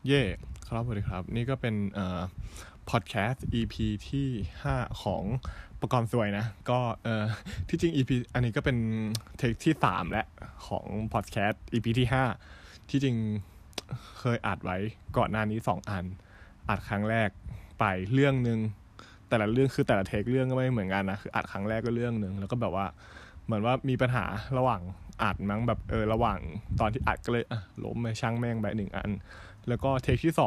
เย่ครับสวัสดีครับนี่ก็เป็นพอดแคสต์ EP ที่5ของประกอบสวยนะก็ที่จริง EP อันนี้ก็เป็นเทคที่3และของพอดแคสต์ EP ที่5ที่จริงเคยอัดไว้ก่อนหน้านี้2อันอัดครั้งแรกไปเรื่องนึงแต่ละเรื่องคือแต่ละเทคเรื่องก็ไม่เหมือนกันนะคืออัดครั้งแรกก็เรื่องนึงแล้วก็แบบว่าเหมือนว่ามีปัญหาระหว่างอัดมั้งแบบระหว่างตอนที่อัดก็เลยล้มไปช่างแม่งไป1อันแล้วก็เทคที่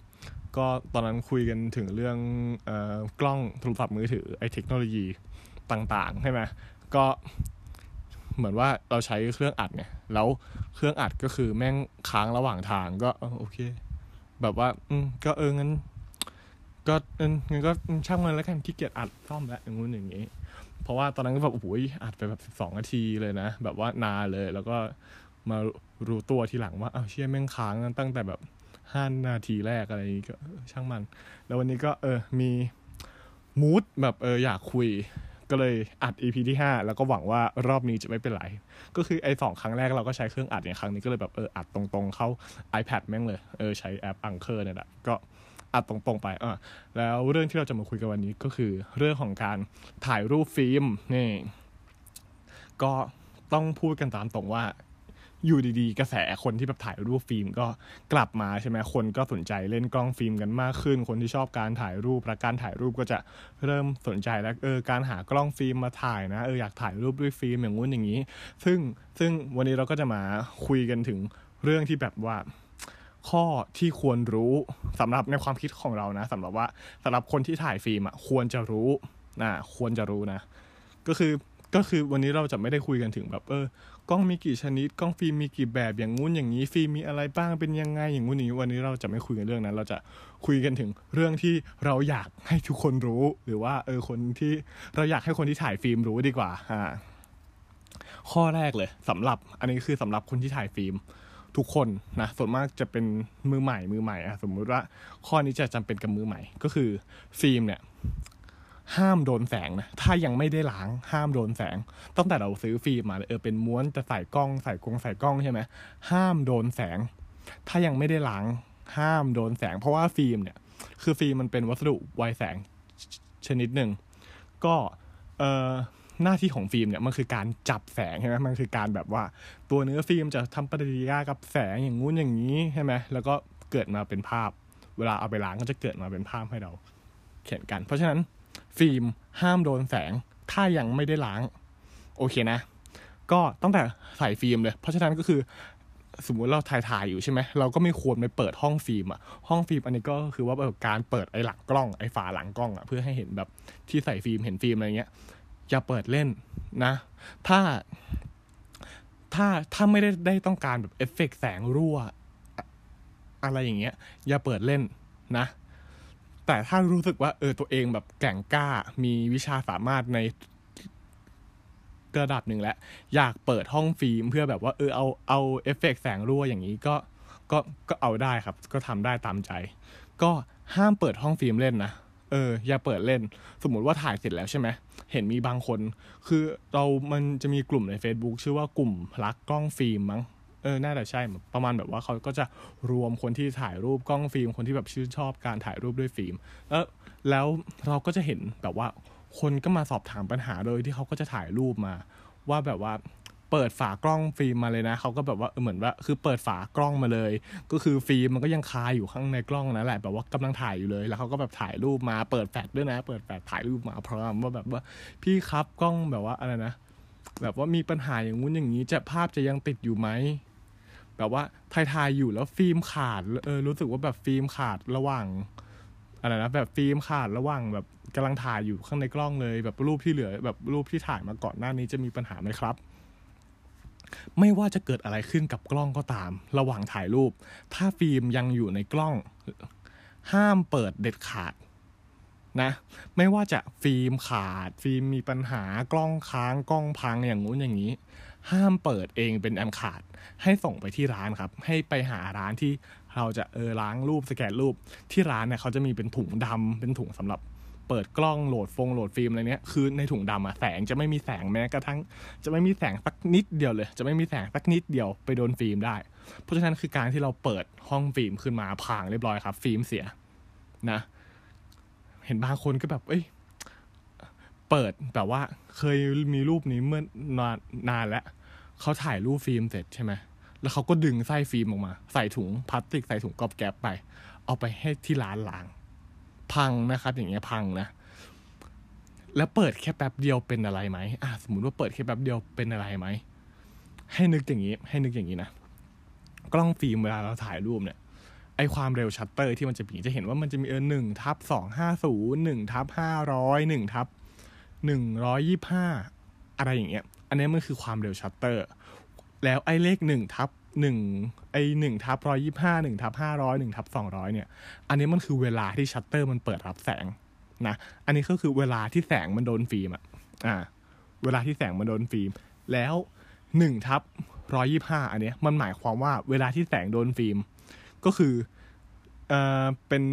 2ก็ตอนนั้นคุยกันถึงเรื่องกล้องโทรศัพท์มือถือไอ้เทคโนโลยีต่างๆใช่ไหมก็เหมือนว่าเราใช้เครื่องอัดไงแล้วเครื่องอัดก็คือแม่งค้างระหว่างทางก็โอเคแบบว่าก็งั้นก็งั้นก็ช่างมันแล้วกันขี้เกียจอัดซ่อมแล้วอย่างงู้นอย่างงี้เพราะว่าตอนนั้นก็แบบโอ้โหอัดไปแบบ12นาทีเลยนะแบบว่านานเลยแล้วก็มารู้ตัวทีหลังว่าเชี่ยแม่งค้างตั้งแต่แบบ5นาทีแรกอะไรอย่างงี้ก็ช่างมันแล้ววันนี้ก็มีมูดแบบอยากคุยก็เลยอัด EP ที่5แล้วก็หวังว่ารอบนี้จะไม่เป็นไรก็คือไอ้2ครั้งแรกเราก็ใช้เครื่องอัดอย่างครั้งนี้ก็เลยแบบอัดตรงๆเข้า iPad แม่งเลยใช้แอป Anchor เนี่ยแหละก็อัดตรงๆไปแล้วเรื่องที่เราจะมาคุยกันวันนี้ก็คือเรื่องของการถ่ายรูปฟิล์มนี่ก็ต้องพูดกันตามตรงว่าอยู่ดีๆกระแสคนที่แบบถ่ายรูปฟิล์มก็กลับมาใช่ไหมคนก็สนใจเล่นกล้องฟิล์มกันมากขึ้นคนที่ชอบการถ่ายรูปและการถ่ายรูปก็จะเริ่มสนใจแล้วการหากล้องฟิล์มมาถ่ายนะอยากถ่ายรูปด้วยฟิล์มอย่างงู้นอย่างนี้ซึ่งวันนี้เราก็จะมาคุยกันถึงเรื่องที่แบบว่าข้อที่ควรรู้สำหรับในความคิดของเรานะสำหรับคนที่ถ่ายฟิล์มควรจะรู้ควรจะรู้นะก็คือวันนี้เราจะไม่ได้คุยกันถึงแบบกล้องมีกี่ชนิดกล้องฟิล์มมีกี่แบบอย่างงู้นอย่างนี้ฟิล์มมีอะไรบ้างเป็นยังไงอย่างงู้นอย่างนี้วันนี้เราจะไม่คุยกันเรื่องนั้นเราจะคุยกันถึงเรื่องที่เราอยากให้ทุกคนรู้หรือว่าคนที่เราอยากให้คนที่ถ่ายฟิล์มรู้ดีกว่าข้อแรกเลยอันนี้คือสำหรับคนที่ถ่ายฟิล์มทุกคนนะส่วนมากจะเป็นมือใหม่สมมุติว่าข้อนี้จะจำเป็นกับมือใหม่ก็คือฟิล์มเนี่ยห้ามโดนแสงนะถ้ายังไม่ได้ล้างห้ามโดนแสงตั้งแต่เราซื้อฟิล์มมาเป็นม้วนจะใส่กล้องใช่ไหมห้ามโดนแสงถ้ายังไม่ได้ล้างห้ามโดนแสงเพราะว่าฟิล์มเนี่ยคือฟิล์มมันเป็นวัสดุไวแสงชนิดหนึ่งก็หน้าที่ของฟิล์มเนี่ยมันคือการจับแสงใช่ไหมมันคือการแบบว่าตัวเนื้อฟิล์มจะทำปฏิกิริยากับแสงอย่างงู้นอย่างนี้ใช่ไหมแล้วก็เกิดมาเป็นภาพเวลาเอาไปล้างก็จะเกิดมาเป็นภาพให้เราเขียนกันเพราะฉะนั้นฟิล์มห้ามโดนแสงถ้ายังไม่ได้ล้างโอเคนะก็ตั้งแต่ใส่ฟิล์มเลยเพราะฉะนั้นก็คือสมมุติเราถ่ายอยู่ใช่ไหมเราก็ไม่ควรไปเปิดห้องฟิล์มห้องฟิล์มอันนี้ก็คือว่าการเปิดไอ้หลังกล้องไอ้ฝาหลังกล้องเพื่อให้เห็นแบบที่ใส่ฟิล์มเห็นฟิล์มอะไรเงี้ยอย่าเปิดเล่นนะถ้าไม่ได้ต้องการแบบเอฟเฟกต์แสงรั่วอะไรอย่างเงี้ยอย่าเปิดเล่นนะแต่ถ้ารู้สึกว่าตัวเองแบบแกร่งกล้ามีวิชาสามารถในระดับหนึ่งแล้วอยากเปิดห้องฟิล์มเพื่อแบบว่าเอาเอฟเฟกต์แสงรั่วอย่างนี้ก็เอาได้ครับก็ทำได้ตามใจก็ห้ามเปิดห้องฟิล์มเล่นนะอย่าเปิดเล่นสมมุติว่าถ่ายเสร็จแล้วใช่ไหมเห็นมีบางคนคือมันจะมีกลุ่มใน Facebook ชื่อว่ากลุ่มรักกล้องฟิล์มมั้งน่าจะใช่ประมาณแบบว่าเขาก็จะรวมคนที่ถ่ายรูปกล้องฟิล์มคนที่แบบชื่นชอบการถ่ายรูปด้วยฟิล์มแล้วเราก็จะเห็นแบบว่าคนก็มาสอบถามปัญหาโดยที่เขาก็จะถ่ายรูปมาว่าแบบว่าเปิดฝากล้องฟิล์มมาเลยนะเขาก็แบบว่าเหมือนว่าคือเปิดฝากล้องมาเลยก็คือฟิล์มมันก็ยังคาอยู่ข้างในกล้องนั่นแหละแบบว่ากำลังถ่ายอยู่เลยแล้วเขาก็แบบถ่ายรูปมาเปิดแฟลชด้วยนะเปิดแฟลชถ่ายรูปมาพร้อมว่าแบบว่าพี่ครับกล้องแบบว่าอะไรนะแบบว่ามีปัญหาอย่างงู้นอย่างนี้ภาพจะยังติดอยู่ไหมแบบว่าถ่ายอยู่แล้วฟิล์มขาดรู้สึกว่าแบบฟิล์มขาดระหว่างอะไรนะแบบฟิล์มขาดระหว่างแบบกำลังถ่ายอยู่ข้างในกล้องเลยแบบรูปที่เหลือแบบรูปที่ถ่ายมาก่อนหน้านี้จะมีปัญหาไหมครับไม่ว่าจะเกิดอะไรขึ้นกับกล้องก็ตามระหว่างถ่ายรูปถ้าฟิล์มยังอยู่ในกล้องห้ามเปิดเด็ดขาดนะไม่ว่าจะฟิล์มขาดฟิล์มมีปัญหากล้องค้างกล้องพังอย่างงู้นอย่างนี้ห้ามเปิดเองเป็นอันขาดให้ส่งไปที่ร้านครับให้ไปหาร้านที่เราจะล้างรูปสแกนรูปที่ร้านเนี่ยเขาจะมีเป็นถุงดำเป็นถุงสำหรับเปิดกล้องโหลดฟิล์มอะไรเนี้ยคือในถุงดำอะแสงจะไม่มีแสงแม้กระทั่งจะไม่มีแสงสักนิดเดียวเลยจะไม่มีแสงสักนิดเดียวไปโดนฟิล์มได้เพราะฉะนั้นคือการที่เราเปิดห้องฟิล์มขึ้นมาพังเรียบร้อยครับฟิล์มเสียนะเห็นบางคนก็แบบเปิดแบบว่าเคยมีรูปนี้เมื่อนานแล้วเขาถ่ายรูปฟิล์มเสร็จใช่ไหมแล้วเขาก็ดึงไส้ฟิล์มออกมาใส่ถุงพลาสติกใส่ถุงกอบแก๊บไปเอาไปให้ที่ร้านล้างพังนะครับอย่างเงี้ยพังนะแล้วเปิดแค่แป๊บเดียวเป็นอะไรไหมสมมุติว่าเปิดแค่แป๊บเดียวเป็นอะไรไหมให้นึกอย่างนี้นะกล้องฟิล์มเวลาเราถ่ายรูปเนี่ยไอความเร็วชัตเตอร์ที่มันจะเห็นว่ามันจะมี1/250 1/500 1/125อะไรอย่างเงี้ยอันนี้มันคือความเร็วชัตเตอร์แล้วไอ้เลข1/1ไอ้1/125 1/500 1/200เนี่ยอันนี้มันคือเวลาที่ชัตเตอร์มันเปิดรับแสงนะอันนี้ก็คือเวลาที่แสงมันโดนฟิล์มเวลาที่แสงมันโดนฟิล์มแล้ว1/125อันเนี้ยมันหมายความว่าเวลาที่แสงโดนฟิล์มก็คือเป็น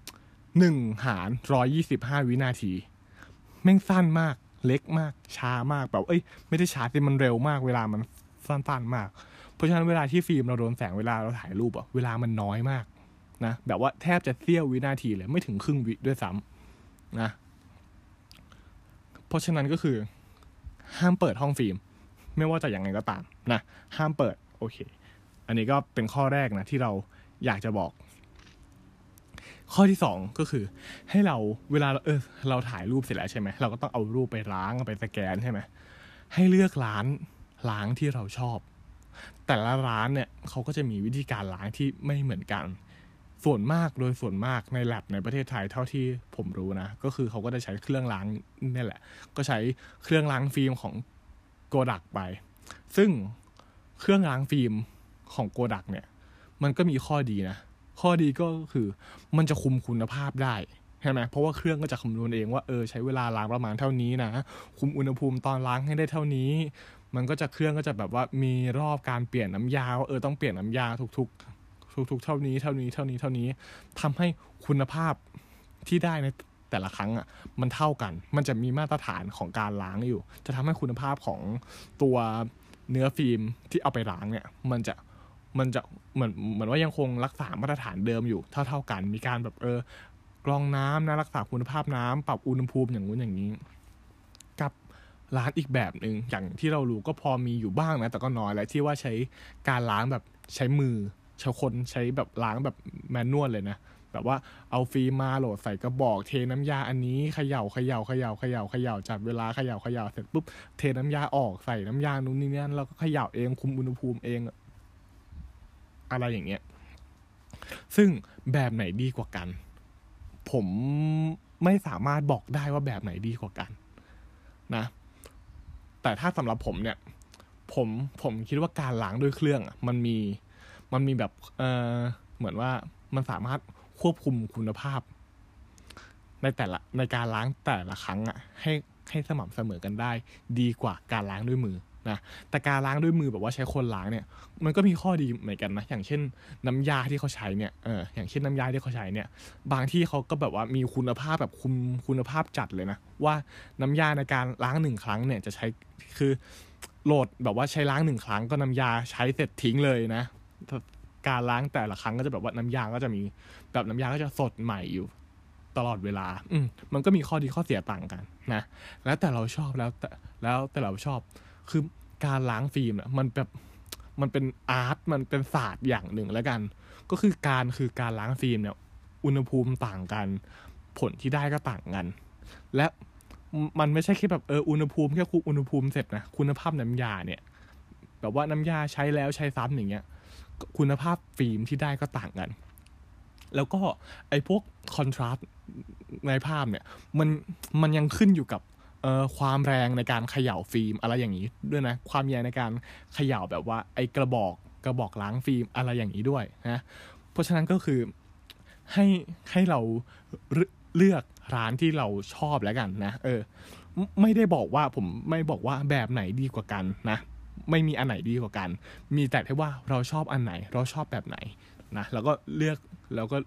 1/125 วินาทีแม่งสั้นมากเล็กมากช้ามากแบบไม่ได้ช้าแต่มันเร็วมากเวลามันสั้นมากเพราะฉะนั้นเวลาที่ฟิล์มเราโดนแสงเวลาเราถ่ายรูปเวลามันน้อยมากนะแบบว่าแทบจะเสี้ยววินาทีเลยไม่ถึงครึ่งวิด้วยซ้ำนะเพราะฉะนั้นก็คือห้ามเปิดห้องฟิล์มไม่ว่าจะยังไงก็ตามนะห้ามเปิดโอเคอันนี้ก็เป็นข้อแรกนะที่เราอยากจะบอกข้อที่2ก็คือให้เราเวลาเราถ่ายรูปเสร็จแล้วใช่ไหมเราก็ต้องเอารูปไปล้างไปสแกนใช่ไหมให้เลือกร้านล้างที่เราชอบแต่ละร้านเนี่ยเขาก็จะมีวิธีการล้างที่ไม่เหมือนกันโดยส่วนมากในแลบในประเทศไทยเท่าที่ผมรู้นะก็คือเขาก็จะใช้เครื่องล้างนี่แหละก็ใช้เครื่องล้างฟิล์มของโกดักไปซึ่งเครื่องล้างฟิล์มของโกดักเนี่ยมันก็มีข้อดีนะข้อดีก็คือมันจะคุมคุณภาพได้ใช่ไหมเพราะว่าเครื่องก็จะคำนวณเองว่าใช้เวลาล้างประมาณเท่านี้นะคุมอุณหภูมิตอนล้างให้ได้เท่านี้มันก็จะเครื่องก็จะแบบว่ามีรอบการเปลี่ยนน้ำยาว่าต้องเปลี่ยนน้ำยาทุกเท่านี้ทำให้คุณภาพที่ได้ในแต่ละครั้งมันเท่ากันมันจะมีมาตรฐานของการล้างอยู่จะทำให้คุณภาพของตัวเนื้อฟิล์มที่เอาไปล้างเนี่ยมันจะเหมือนว่ายังคงรักษามาตรฐานเดิมอยู่เท่ากันมีการแบบกรองน้ำนะรักษาคุณภาพน้ำปรับอุณหภูมิอย่างนู้นอย่างนี้กับร้านอีกแบบนึงอย่างที่เรารู้ก็พอมีอยู่บ้างนะแต่ก็น้อยแล้วที่ว่าใช้การล้างแบบใช้มือใช้แบบล้างแบบแมนนวลเลยนะแบบว่าเอาฟิล์มมาโหลดใส่กระบอกเทน้ำยาอันนี้เขย่าจับเวลาเขย่าเสร็จปุ๊บเทน้ำยาออกใส่น้ำยานู้นนี่นั่นแล้วก็เขย่าเองคุมอุณหภูมิเองอะไรอย่างเงี้ยซึ่งแบบไหนดีกว่ากันผมไม่สามารถบอกได้ว่าแบบไหนดีกว่ากันนะแต่ถ้าสำหรับผมเนี่ยผมคิดว่าการล้างด้วยเครื่องมันมีแบบเหมือนว่ามันสามารถควบคุมคุณภาพในการล้างแต่ละครั้งให้สม่ำเสมอกันได้ดีกว่าการล้างด้วยมือนะแต่การล้างด้วยมือแบบว่าใช้คนล้างเนี่ยมันก็มีข้อดีเหมือนกันนะอย่างเช่นน้ำยาที่เขาใช้เนี่ยอย่างเช่นน้ำยาที่เขาใช้เนี่ยบางที่เขาก็แบบว่ามีคุณภาพแบบคุมคุณภาพจัดเลยนะว่าน้ำยาในการล้าง1ครั้งเนี่ยจะใช้คือโหลดแบบว่าใช้ล้าง1ครั้งก็น้ำยาใช้เสร็จทิ้งเลยนะการล้างแต่ละครั้งก็จะแบบว่าน้ำยาก็จะมีแบบน้ำยาก็จะสดใหม่อยู่ตลอดเวลามันก็มีข้อดีข้อเสียต่างกันนะแล้วแต่เราชอบแล้วแต่เราชอบคือการล้างฟิล์มมันแบบมันเป็นอาร์ตมันเป็นศาสตร์อย่างหนึ่งแล้วกันก็คือการล้างฟิล์มเนี่ยอุณหภูมิต่างกันผลที่ได้ก็ต่างกันและมันไม่ใช่แค่แบบอุณหภูมิแค่คุมอุณหภูมิเสร็จนะคุณภาพน้ำยาเนี่ยแบบว่าน้ำยาใช้แล้วใช้ซ้ำอย่างเงี้ยคุณภาพฟิล์มที่ได้ก็ต่างกันแล้วก็ไอ้พวกคอนทราสต์ในภาพเนี่ยมันยังขึ้นอยู่กับความแรงในการเขย่าฟิล์มอะไรอย่างนี้ด้วยนะความแรงในการเขย่าแบบว่าไอ้กระบอกล้างฟิล์มอะไรอย่างนี้ด้วยนะเพราะฉะนั้นก็คือให้เราเลือกร้านที่เราชอบแล้วกันนะไม่ได้บอกว่าผมไม่บอกว่าแบบไหนดีกว่ากันนะไม่มีอันไหนดีกว่ากันมีแต่ที่ว่าเราชอบอันไหนเราชอบแบบไหนนะแล้วก็เลือกแล้วก็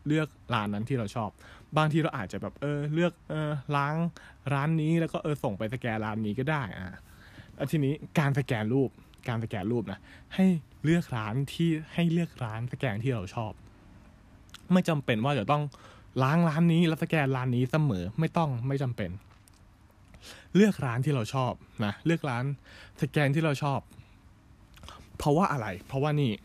เลือกร้านนั้นที่เราชอบบางทีเราอาจจะแบบเลือกล้างร้านนี้แล้วก็ส่งไปสแกนร้านนี้ก็ได้แล้วทีนี้การสแกนรูปนะให้เลือกร้านสแกนที่เราชอบไม่จำเป็นว่าจะต้องล้างร้านนี้แล้วสแกนร้านนี้เสมอไม่จำเป็นเลือกร้านที่เราชอบนะเลือกร้านสแกนที่เราชอบเพราะว่าอะไรเพราะว่านี่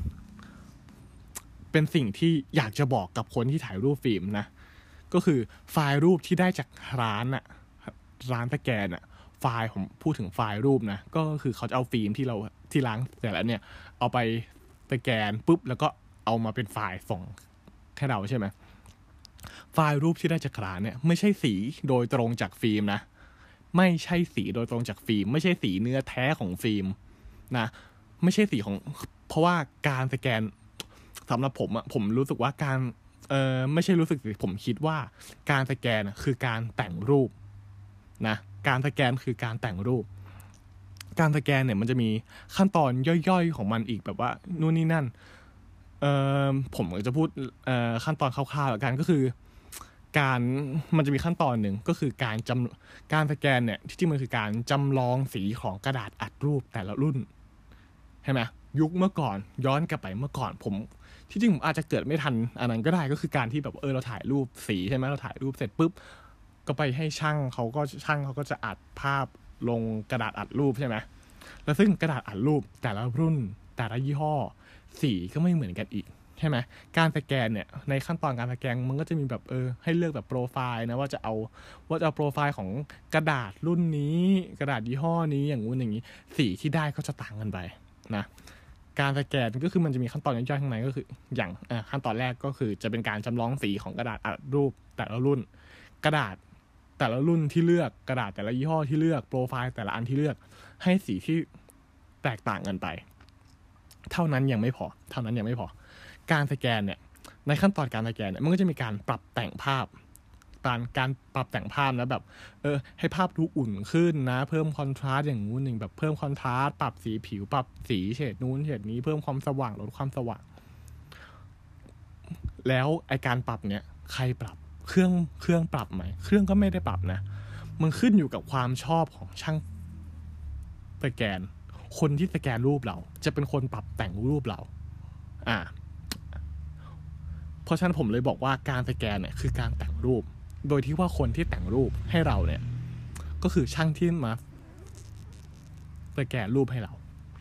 เป็นสิ่งที่อยากจะบอกกับคนที่ถ่ายรูปฟิล์มนะก็คือไฟล์รูปที่ได้จากร้านสแกนไฟล์ผมพูดถึงไฟล์รูปนะก็คือเขาจะเอาฟิล์มที่ล้างเสร็จแล้วเนี่ยเอาไปสแกนปุ๊บแล้วก็เอามาเป็นไฟล์ส่งให้เราใช่ไหมไฟล์รูปที่ได้จากร้านเนี่ยไม่ใช่สีโดยตรงจากฟิล์มนะไม่ใช่สีโดยตรงจากฟิล์มไม่ใช่สีเนื้อแท้ของฟิล์มนะไม่ใช่สีของเพราะว่าการสแกนสำหรับผมรู้สึกว่าการไม่ใช่รู้สึกสิผมคิดว่าการสแกนคือการแต่งรูปนะการสแกนคือการแต่งรูปการสแกนเนี่ยมันจะมีขั้นตอนย่อยๆของมันอีกแบบว่านู่นนี่นั่นผมจะพูดขั้นตอนคร่าวๆแล้วกันก็คือมันจะมีขั้นตอนหนึ่งก็คือการสแกนเนี่ยที่จริงมันคือการจำลองสีของกระดาษอัดรูปแต่ละรุ่นใช่ไหมยุคเมื่อก่อนย้อนกลับไปเมื่อก่อนผมที่จริงผมอาจจะเกิดไม่ทันอันนั้นก็ได้ก็คือการที่แบบเราถ่ายรูปสีใช่ไหมเราถ่ายรูปเสร็จปุ๊บก็ไปให้ช่างเขาก็จะอัดภาพลงกระดาษอัดรูปใช่ไหมแล้วซึ่งกระดาษอัดรูปแต่ละรุ่นแต่ละยี่ห้อสีก็ไม่เหมือนกันอีกใช่ไหมการสแกนเนี่ยในขั้นตอนการสแกนมันก็จะมีแบบให้เลือกแบบโปรไฟล์นะว่าจะเอาโปรไฟล์ของกระดาษรุ่นนี้กระดาษยี่ห้อนี้อย่างงู้นอย่างนี้สีที่ได้ก็จะต่างกันไปนะการสแกนก็คือมันจะมีขั้นตอนย่อยๆข้างในก็คืออย่างขั้นตอนแรกก็คือจะเป็นการจำลองสีของกระดาษอัดรูปแต่ละรุ่นกระดาษแต่ละรุ่นที่เลือกกระดาษแต่ละยี่ห้อที่เลือกโปรไฟล์แต่ละอันที่เลือกให้สีที่แตกต่างกันไปเท่านั้นยังไม่พอการสแกนเนี่ยในขั้นตอนการสแกนเนี่ยมันก็จะมีการปรับแต่งภาพการปรับแต่งภาพนะแบบให้ภาพดูอุ่นขึ้นนะเพิ่มคอนทราสต์อย่างงู้นอย่างแบบเพิ่มคอนทราสต์ปรับสีผิวปรับสีเฉดนู้นเฉดนี้เพิ่มความสว่างลดความสว่างแล้วไอการปรับเนี่ยใครปรับเครื่องปรับไหมเครื่องก็ไม่ได้ปรับนะมันขึ้นอยู่กับความชอบของช่างสแกนคนที่สแกนรูปเราจะเป็นคนปรับแต่งรูปเราเพราะฉะนั้นผมเลยบอกว่าการสแกนเนี่ยคือการแต่งรูปโดยที่ว่าคนที่แต่งรูปให้เราเนี่ยก็คือช่างที่มาสแกนรูปให้เรา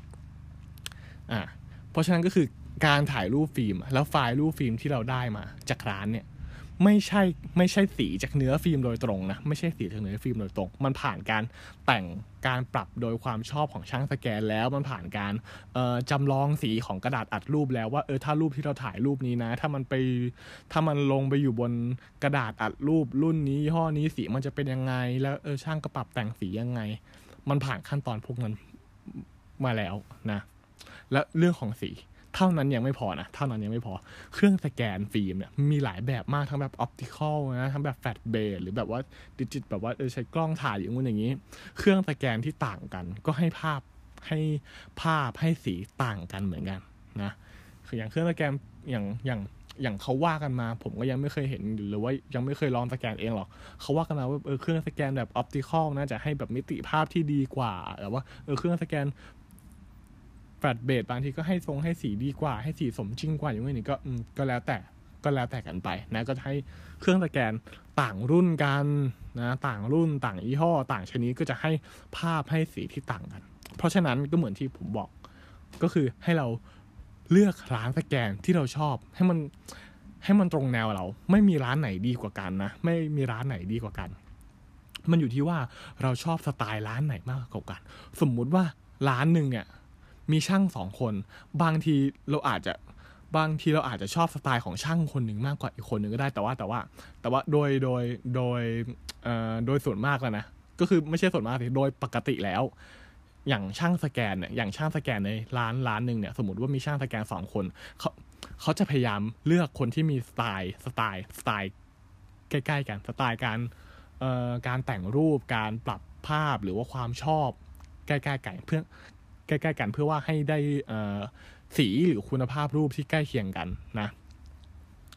เพราะฉะนั้นก็คือการถ่ายรูปฟิล์มแล้วไฟล์รูปฟิล์มที่เราได้มาจากร้านเนี่ยไม่ใช่สีจากเนื้อฟิล์มโดยตรงนะไม่ใช่สีจากเนื้อฟิล์มโดยตรงมันผ่านการแต่งการปรับโดยความชอบของช่างสแกนแล้วมันผ่านการจำลองสีของกระดาษอัดรูปแล้วว่าถ้ารูปที่เราถ่ายรูปนี้นะถ้ามันลงไปอยู่บนกระดาษอัดรูปรุ่นนี้ยี่ห้อนี้สีมันจะเป็นยังไงแล้วช่างก็ปรับแต่งสียังไงมันผ่านขั้นตอนพวกนั้นมาแล้วนะและเรื่องของสีเท่านั้นยังไม่พอเครื่องสแกนฟิล์มเนี่ยมีหลายแบบมากทั้งแบบออปติคอลนะทั้งแบบแฟลชเบสหรือแบบว่าดิจิตแบบว่าใช้กล้องถ่ายอย่างงู้นอย่างนี้เครื่องสแกนที่ต่างกันก็ให้ภาพให้สีต่างกันเหมือนกันนะคืออย่างเครื่องสแกนอย่างเขาว่ากันมาผมก็ยังไม่เคยเห็นหรือว่ายังไม่เคยลองสแกนเองหรอกเขาว่ากันมาว่าเครื่องสแกนแบบออปติคอลนะจะให้แบบมิติภาพที่ดีกว่าแต่ว่าเครื่องสแกนแฟลชเบสบางทีก็ให้สีดีกว่าให้สีสมจริงกว่าอย่างนี้ก็แล้วแต่กันไปนะก็ให้เครื่องสแกนต่างรุ่นกันนะต่างรุ่นต่างยี่ห้อต่างชนิดก็จะให้ภาพให้สีที่ต่างกันเพราะฉะนั้นก็เหมือนที่ผมบอกก็คือให้เราเลือกร้านสแกนที่เราชอบให้มันตรงแนวเราไม่มีร้านไหนดีกว่ากันนะไม่มีร้านไหนดีกว่ากันมันอยู่ที่ว่าเราชอบสไตล์ร้านไหนมากกว่ากันสมมุติว่าร้านนึงเนี่ยมีช่าง2คนบางทีเราอาจจะชอบสไตล์ของช่างคนหนึ่งมากกว่าอีกคนหนึ่งก็ได้แต่ว่าโดยส่วนมากแล้วนะก็คือไม่ใช่ส่วนมากโดยปกติแล้วอย่างช่างสแกนในร้านนึงเนี่ยสมมติว่ามีช่างสแกน2คนเขาจะพยายามเลือกคนที่มีสไตล์ใกล้ๆกันสไตล์การแต่งรูปการปรับภาพหรือว่าความชอบใกล้ๆกันเพื่อว่าให้ได้สีหรือคุณภาพรูปที่ใกล้เคียงกันนะ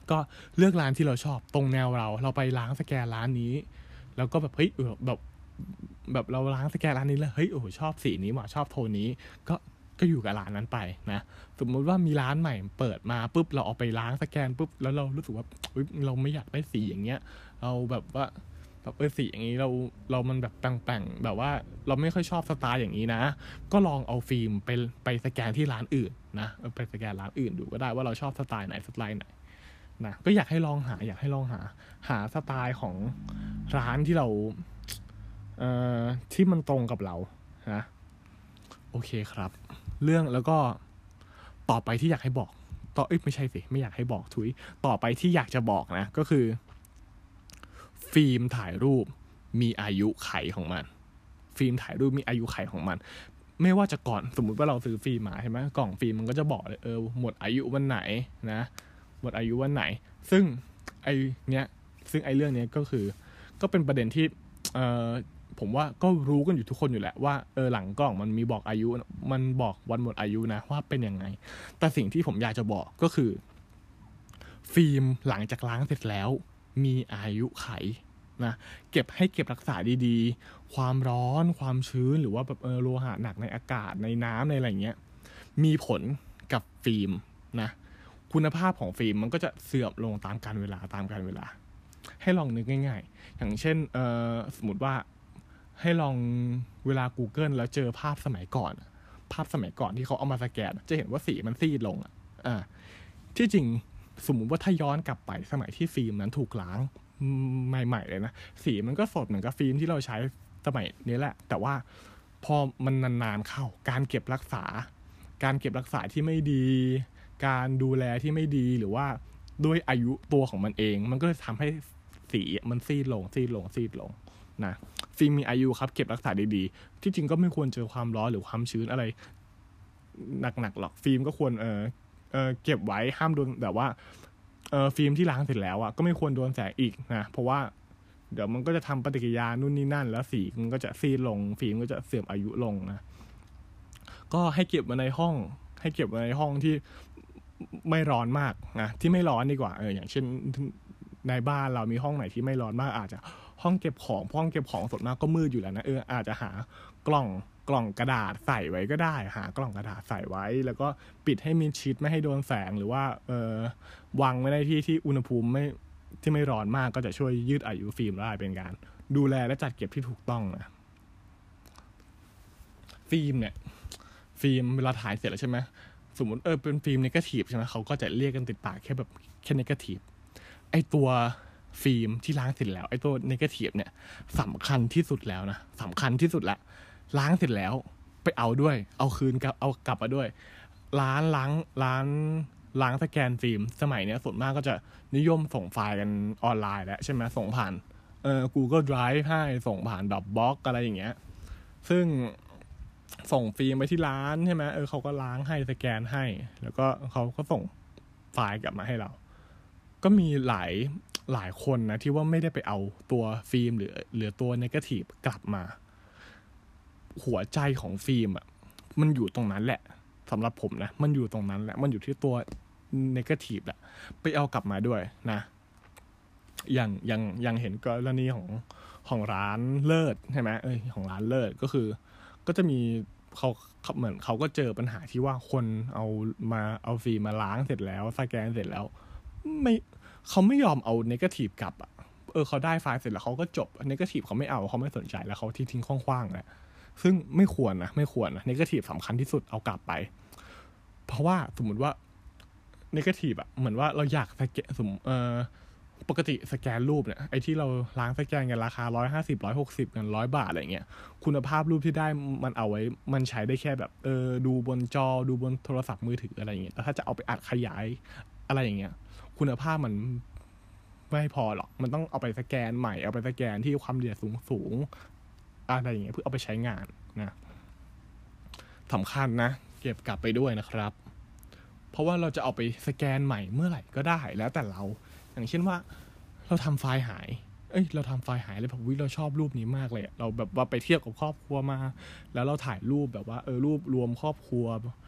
ก็เลือกร้านที่เราชอบตรงแนวเราไปล้างสแกนร้านนี้แล้วก็แบบเฮ้ยแบบเราล้างสแกนร้านนี้แล้วเฮ้ยโอ้โหชอบสีนี้ว่ะชอบโทนนี้ก็อยู่กับร้านนั้นไปนะสมมติว่ามีร้านใหม่เปิดมาปุ๊บเราเอาไปล้างสแกนปุ๊บแล้วเรารู้สึกว่าเราไม่อยากได้สีอย่างเงี้ยเราแบบว่าแบบสีอย่างนี้เรามันแบบแปลงๆแบบว่าเราไม่ค่อยชอบสไตล์อย่างนี้นะก็ลองเอาฟิล์มไปสแกนที่ร้านอื่นนะไปสแกนร้านอื่นดูก็ได้ว่าเราชอบสไตล์ไหนนะก็อยากให้ลองหาสไตล์ของร้านที่เราที่มันตรงกับเรานะโอเคครับเรื่องแล้วก็ต่อไปที่อยากให้บอกไม่ใช่สิไม่อยากให้บอกทุยต่อไปที่อยากจะบอกนะก็คือฟิล์มถ่ายรูปมีอายุไขของมันฟิล์มถ่ายรูปมีอายุไขของมันไม่ว่าจะก่อนสมมุติว่าเราซื้อฟิล์มมาใช่ไหมกล่องฟิล์มมันก็จะบอกเลยหมดอายุวันไหนนะหมดอายุวันไหนซึ่งไอเนี้ยซึ่งไอเรื่องนี้ก็เป็นประเด็นที่ผมว่าก็รู้กันอยู่ทุกคนอยู่แหละว่าหลังกล่องมันมีบอกอายุมันบอกวันหมดอายุนะว่าเป็นยังไงแต่สิ่งที่ผมอยากจะบอกก็คือฟิล์มหลังจากล้างเสร็จแล้วมีอายุไขนะเก็บรักษาดีๆความร้อนความชื้นหรือว่าแบบโลหะหนักในอากาศในน้ำในอะไรเงี้ยมีผลกับฟิล์มนะคุณภาพของฟิล์มมันก็จะเสื่อมลงตามกาลเวลาให้ลองนึกง่ายๆอย่างเช่นสมมติว่าให้ลองเวลา Google แล้วเจอภาพสมัยก่อนที่เขาเอามาสแกนจะเห็นว่าสีมันซีดลงที่จริงสมมุติว่าถ้าย้อนกลับไปสมัยที่ฟิล์มนั้นถูกล้างใหม่ๆเลยนะสีมันก็สดเหมือนกับฟิล์มที่เราใช้สมัยนี้แหละแต่ว่าพอมันนานๆเข้าการเก็บรักษาที่ไม่ดีการดูแลที่ไม่ดีหรือว่าด้วยอายุตัวของมันเองมันก็จะทำให้สีมันซีดลงนะฟิล์มมีอายุครับเก็บรักษาดีๆที่จริงก็ไม่ควรเจอความร้อนหรือความชื้นอะไรหนักๆหรอกฟิล์มก็ควรเก็บไว้ห้ามโดนแบบว่าฟิล์มที่ล้างเสร็จแล้วก็ไม่ควรโดนแสงอีกนะเพราะว่าเดี๋ยวมันก็จะทำปฏิกิริยานู่นนี่นั่นแล้วสีมันก็จะซีดลงฟิล์มก็จะเสื่อมอายุลงนะก็ให้เก็บไว้ในห้องที่ไม่ร้อนมากนะที่ไม่ร้อนดีกว่าอย่างเช่นในบ้านเรามีห้องไหนที่ไม่ร้อนมากอาจจะห้องเก็บของส่วนมากก็มืดอยู่แล้วนะอาจจะหากล่องกระดาษใส่ไว้ก็ได้หากล่องกระดาษใส่ไว้แล้วก็ปิดให้มิดชิดไม่ให้โดนแสงหรือว่าวางไว้ในที่อุณหภูมิไม่ร้อนมากก็จะช่วยยืดอายุฟิล์มได้เป็นการดูแลและจัดเก็บที่ถูกต้องนะฟิล์มเวลาถ่ายเสร็จแล้วใช่ไหมสมมติเป็นฟิล์มเนกาทีฟใช่ไหมเขาก็จะเรียกกันติดปากแค่เนกาทีฟไอตัวฟิล์มที่ล้างเสร็จแล้วไอตัวเนกาทีฟเนี่ยสำคัญที่สุดแล้วล้างเสร็จแล้วไปเอาคืนเอากลับมาด้วยล้างสแกนฟิล์มสมัยเนี้ยส่วนมากก็จะนิยมส่งไฟล์กันออนไลน์แล้วใช่ไหมส่งผ่านGoogle Drive ให้ส่งผ่าน Dropbox อะไรอย่างเงี้ยซึ่งส่งฟิล์มไปที่ร้านใช่ไหมเขาก็ล้างให้สแกนให้แล้วก็เขาก็ส่งไฟล์กลับมาให้เราก็มีหลายคนนะที่ว่าไม่ได้ไปเอาตัวฟิล์มหรือตัวเนกาทีฟกลับมาหัวใจของฟิล์มมันอยู่ตรงนั้นแหละสำหรับผมนะมันอยู่ตรงนั้นแหละมันอยู่ที่ตัวเนกาทีฟแหละไปเอากลับมาด้วยนะอย่างเห็นกรณีของร้านเลิศใช่ไหมของร้านเลิศก็จะมีเขาเหมือนเขาก็เจอปัญหาที่ว่าคนเอาฟิล์มมาล้างเสร็จแล้วสแกนเสร็จแล้วเขาไม่ยอมเอาเนกาทีฟกลับเขาได้ไฟล์เสร็จแล้วเขาก็จบเนกาทีฟเขาไม่เอาเขาไม่สนใจแล้วเขาทิ้งคว่างๆแหละซึ่งไม่ควรนะเนกาทีฟสำคัญที่สุดเอากลับไปเพราะว่าสมมติว่าเนกาทีฟเหมือนว่าเราอยากสแกนปกติสแกนรูปเนี่ยไอ้ที่เราล้างสแกนกันราคา150 160กัน100 บาทอะไรเงี้ยคุณภาพรูปที่ได้มันเอาไว้มันใช้ได้แค่แบบดูบนจอดูบนโทรศัพท์มือถืออะไรเงี้ยแต่ถ้าจะเอาไปอัดขยายอะไรอย่างเงี้ยคุณภาพมันไม่พอหรอกมันต้องเอาไปสแกนใหม่เอาไปสแกนที่ความละเอียดสูงอะไรอย่างเงี้ยเพื่อเอาไปใช้งานนะสำคัญนะเก็บกลับไปด้วยนะครับเพราะว่าเราจะเอาไปสแกนใหม่เมื่อไหร่ก็ได้แล้วแต่เราอย่างเช่นว่าเราทำไฟล์หายเลยแบบเราชอบรูปนี้มากเลยเราแบบว่าไปเที่ยวกับครอบครัวมาแล้วเราถ่ายรูปแบบว่ารูปรวมครอบครัว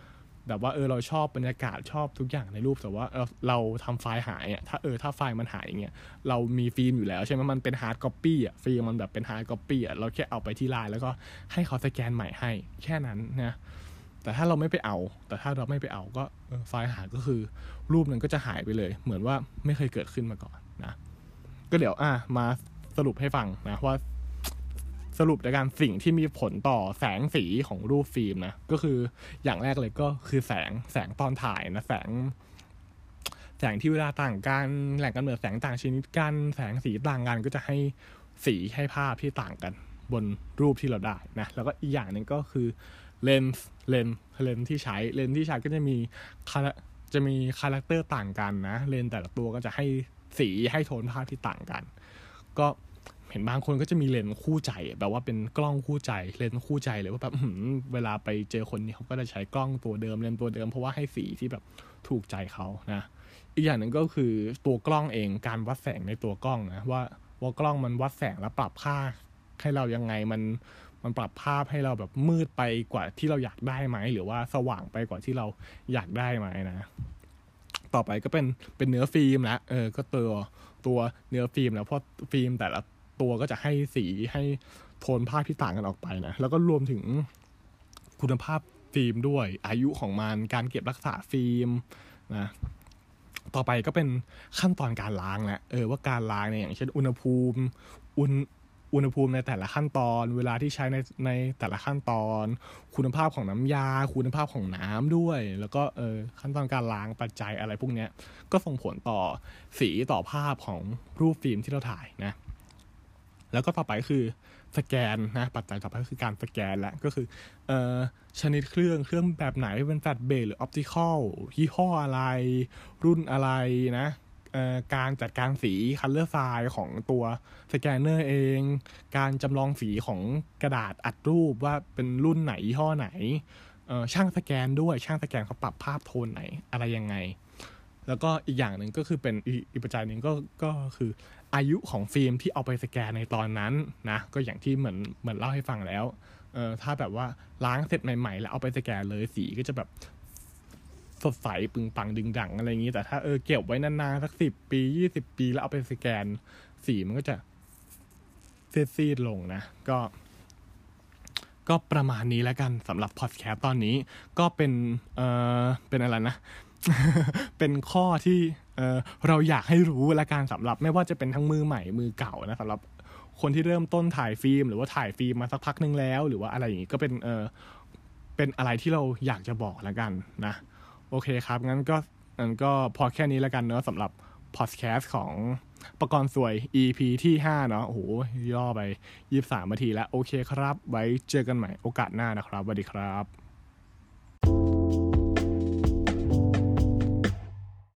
แบบว่าเราชอบบรรยากาศชอบทุกอย่างในรูปแต่ว่าเราทำไฟล์หายอ่ะถ้าไฟล์มันหายอย่างเงี้ยเรามีฟิล์มอยู่แล้วใช่ไหมมันเป็นฮาร์ดคอปปี้อ่ะฟิล์มมันแบบเป็นฮาร์ดคอปปี้อ่ะเราแค่เอาไปที่ไลน์แล้วก็ให้เขาสแกนใหม่ให้แค่นั้นนะแต่ถ้าเราไม่ไปเอาก็ไฟล์หายก็คือรูปนั้นก็จะหายไปเลยเหมือนว่าไม่เคยเกิดขึ้นมาก่อนนะก็เดี๋ยวมาสรุปให้ฟังนะว่าสรุปในการสิ่งที่มีผลต่อแสงสีของรูปฟิล์มนะก็คืออย่างแรกเลยก็คือแสงตอนถ่ายนะแสงที่เวลาต่างกันแหล่งกำเนิดแสงต่างชนิดกันแสงสีต่างกันก็จะให้สีให้ภาพที่ต่างกันบนรูปที่เราได้นะแล้วก็อีกอย่างนึงก็คือเลนส์ที่ใช้ก็จะมีคาแรคเตอร์ต่างกันนะเลนส์แต่ละตัวก็จะให้สีให้โทนภาพที่ต่างกันก็เห็นบางคนก็จะมีเลนส์คู่ใจแบบว่าเป็นกล้องคู่ใจเลนส์คู่ใจเลยว่าแบบเวลาไปเจอคนนี้เขาก็จะใช้กล้องตัวเดิมเลนส์ตัวเดิมเพราะว่าให้สีที่แบบถูกใจเขานะอีกอย่างหนึ่งก็คือตัวกล้องเองการวัดแสงในตัวกล้องนะว่ากล้องมันวัดแสงแล้วปรับค่าให้เรายังไงมันปรับภาพให้เราแบบมืดไปกว่าที่เราอยากได้ไหมหรือว่าสว่างไปกว่าที่เราอยากได้ไหมนะต่อไปก็เป็นเนื้อฟิล์มแล้วก็ตัวเนื้อฟิล์มแล้วเพราะฟิล์มแต่ละตัวก็จะให้สีให้โทนภาพที่ต่างกันออกไปนะแล้วก็รวมถึงคุณภาพฟิล์มด้วยอายุของมันการเก็บรักษาฟิล์มนะต่อไปก็เป็นขั้นตอนการล้างแหละว่าการล้างเนี่ยอย่างเช่นอุณหภูมิในแต่ละขั้นตอนเวลาที่ใช้ในแต่ละขั้นตอนคุณภาพของน้ำยาคุณภาพของน้ำด้วยแล้วก็ขั้นตอนการล้างปัจจัยอะไรพวกนี้ก็ส่งผลต่อสีต่อภาพของรูปฟิล์มที่เราถ่ายนะแล้วก็ต่อไปคือสแกนนะปัจจัยต่อไปก็คือการสแกนแหละก็คือชนิดเครื่องแบบไหนเป็นแฟลชเบสหรือออปติคอลยี่ห้ออะไรรุ่นอะไรนะการจัดการสีคัลเลอร์ไฟล์ของตัวสแกนเนอร์เองการจำลองสีของกระดาษอัดรูปว่าเป็นรุ่นไหนยี่ห้อไหนช่างสแกนด้วยช่างสแกนเขาปรับภาพโทนไหนอะไรยังไงแล้วก็อีกอย่างหนึ่งก็คือเป็นอีกปัจจัยหนึ่งก็คืออายุของฟิล์มที่เอาไปสแกนในตอนนั้นนะก็อย่างที่เหมือนเล่าให้ฟังแล้วถ้าแบบว่าล้างเสร็จใหม่ๆแล้วเอาไปสแกนเลยสีก็จะแบบสดใสปึงปังดึงดังอะไรอย่างนี้แต่ถ้าเก็บไว้นานๆสัก10 ปี20 ปีแล้วเอาไปสแกนสีมันก็จะซีดลงนะก็ประมาณนี้แล้วกันสำหรับพอดแคสต์ตอนนี้ก็เป็นอะไรนะ เป็นข้อที่เราอยากให้รู้ละกันสำหรับไม่ว่าจะเป็นทั้งมือใหม่มือเก่านะสำหรับคนที่เริ่มต้นถ่ายฟิล์มหรือว่าถ่ายฟิล์มมาสักพักนึงแล้วหรือว่าอะไรอย่างนี้ก็เป็นอะไรที่เราอยากจะบอกละกันนะโอเคครับงั้นก็พอแค่นี้ละกันเนอะสำหรับพอดแคสต์ของประกรณ์สวย EP ที่5เนาะโอ้โหย่อไป23 นาทีแล้วโอเคครับไว้เจอกันใหม่โอกาสหน้านะครับสวัสดีครับ